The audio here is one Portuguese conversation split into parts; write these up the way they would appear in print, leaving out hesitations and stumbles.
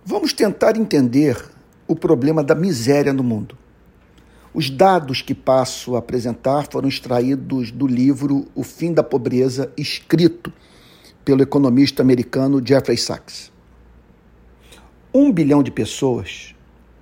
Vamos tentar entender o problema da miséria no mundo. Os dados que passo a apresentar foram extraídos do livro O Fim da Pobreza, escrito pelo economista americano Jeffrey Sachs. 1 bilhão de pessoas,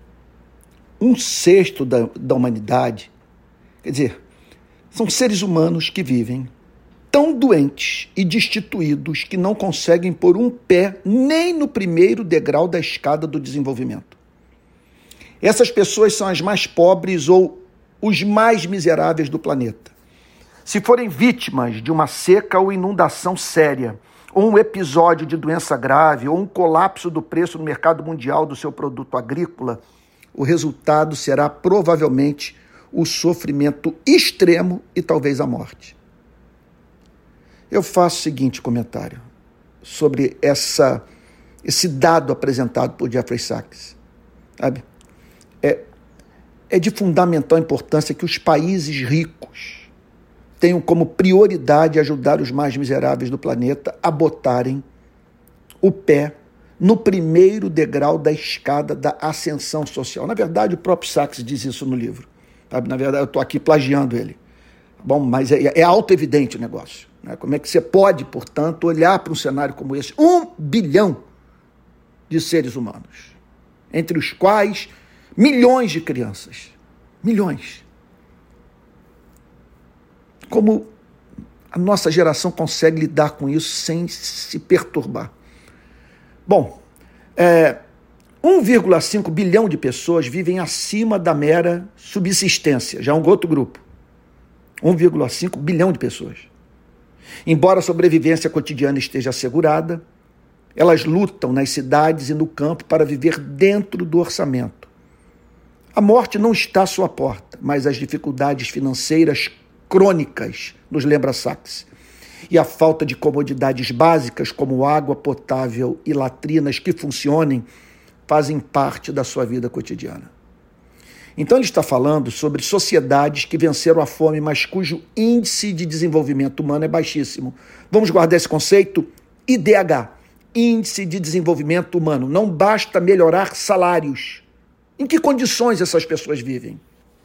1/6 da humanidade, quer dizer, são seres humanos que vivem tão doentes e destituídos que não conseguem pôr um pé nem no primeiro degrau da escada do desenvolvimento. Essas pessoas são as mais pobres ou os mais miseráveis do planeta. Se forem vítimas de uma seca ou inundação séria, ou um episódio de doença grave, ou um colapso do preço no mercado mundial do seu produto agrícola, o resultado será provavelmente o sofrimento extremo e talvez a morte. Eu faço o seguinte comentário sobre esse dado apresentado por Jeffrey Sachs. Sabe? É de fundamental importância que os países ricos tenham como prioridade ajudar os mais miseráveis do planeta a botarem o pé no primeiro degrau da escada da ascensão social. Na verdade, o próprio Sachs diz isso no livro. Sabe? Na verdade, eu estou aqui plagiando ele. Bom, mas é auto-evidente o negócio. Né? Como é que você pode, portanto, olhar para um cenário como esse? 1 bilhão de seres humanos, entre os quais milhões de crianças. Milhões. Como a nossa geração consegue lidar com isso sem se perturbar? Bom, 1,5 bilhão de pessoas vivem acima da mera subsistência, já é um outro grupo. 1,5 bilhão de pessoas. Embora a sobrevivência cotidiana esteja assegurada, elas lutam nas cidades e no campo para viver dentro do orçamento. A morte não está à sua porta, mas as dificuldades financeiras crônicas, nos lembra Sachs, e a falta de comodidades básicas como água potável e latrinas que funcionem, fazem parte da sua vida cotidiana. Então ele está falando sobre sociedades que venceram a fome, mas cujo índice de desenvolvimento humano é baixíssimo. Vamos guardar esse conceito? IDH, Índice de Desenvolvimento Humano. Não basta melhorar salários. Em que condições essas pessoas vivem?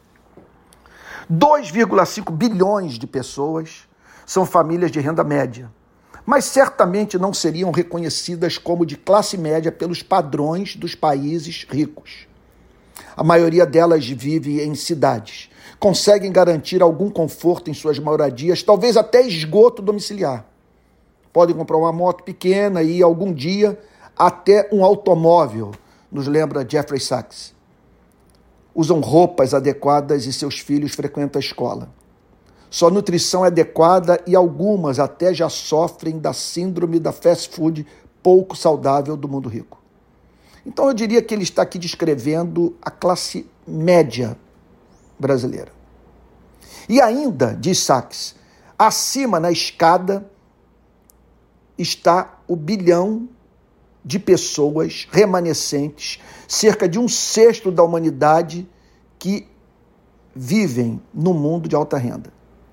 2,5 bilhões de pessoas são famílias de renda média, mas certamente não seriam reconhecidas como de classe média pelos padrões dos países ricos. A maioria delas vive em cidades, conseguem garantir algum conforto em suas moradias, talvez até esgoto domiciliar. Podem comprar uma moto pequena e, algum dia, até um automóvel, nos lembra Jeffrey Sachs. Usam roupas adequadas e seus filhos frequentam a escola. Sua nutrição é adequada e algumas até já sofrem da síndrome da fast food pouco saudável do mundo rico. Então eu diria que ele está aqui descrevendo a classe média brasileira. E ainda, diz Sachs, acima na escada está o bilhão de pessoas remanescentes, cerca de 1/6 da humanidade que vivem no mundo de alta renda.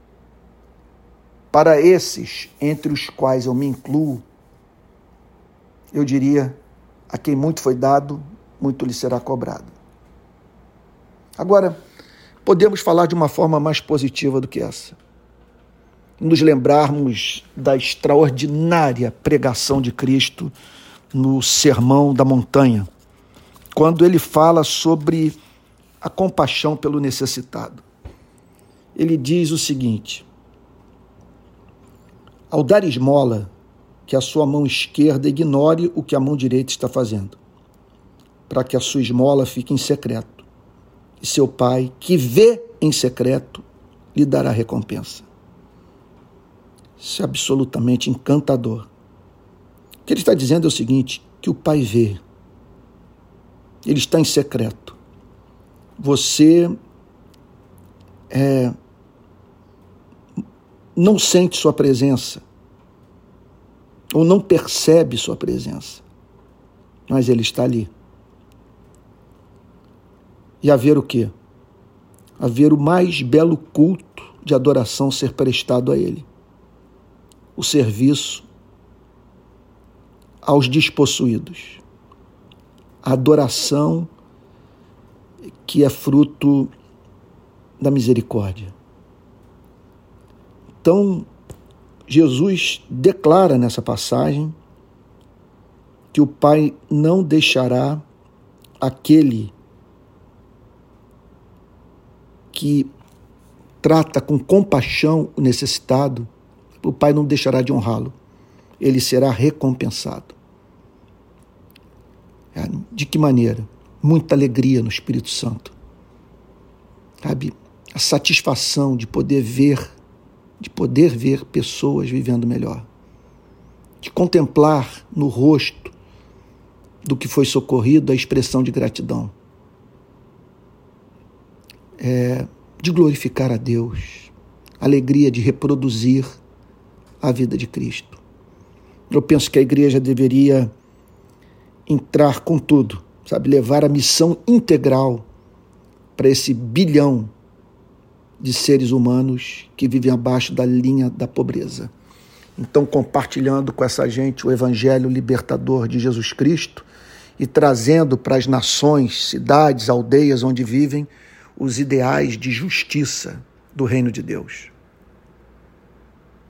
Para esses, entre os quais eu me incluo, eu diria: a quem muito foi dado, muito lhe será cobrado. Agora, podemos falar de uma forma mais positiva do que essa. Nos lembrarmos da extraordinária pregação de Cristo no Sermão da Montanha, quando ele fala sobre a compaixão pelo necessitado. Ele diz o seguinte: ao dar esmola, que a sua mão esquerda ignore o que a mão direita está fazendo, para que a sua esmola fique em secreto, e seu pai, que vê em secreto, lhe dará recompensa. Isso é absolutamente encantador. O que ele está dizendo é o seguinte, que o pai vê, ele está em secreto. Você não sente sua presença, ou não percebe sua presença, mas ele está ali. E haver o quê? Haver o mais belo culto de adoração ser prestado a ele. O serviço aos despossuídos, a adoração que é fruto da misericórdia. Então, Jesus declara nessa passagem que o Pai não deixará aquele que trata com compaixão o necessitado, o Pai não deixará de honrá-lo. Ele será recompensado. De que maneira? Muita alegria no Espírito Santo. Sabe? A satisfação de poder ver pessoas vivendo melhor. De contemplar no rosto do que foi socorrido a expressão de gratidão. De glorificar a Deus. Alegria de reproduzir a vida de Cristo. Eu penso que a igreja deveria entrar com tudo, sabe, levar a missão integral para esse bilhão de seres humanos que vivem abaixo da linha da pobreza. Então, compartilhando com essa gente o evangelho libertador de Jesus Cristo e trazendo para as nações, cidades, aldeias onde vivem os ideais de justiça do reino de Deus.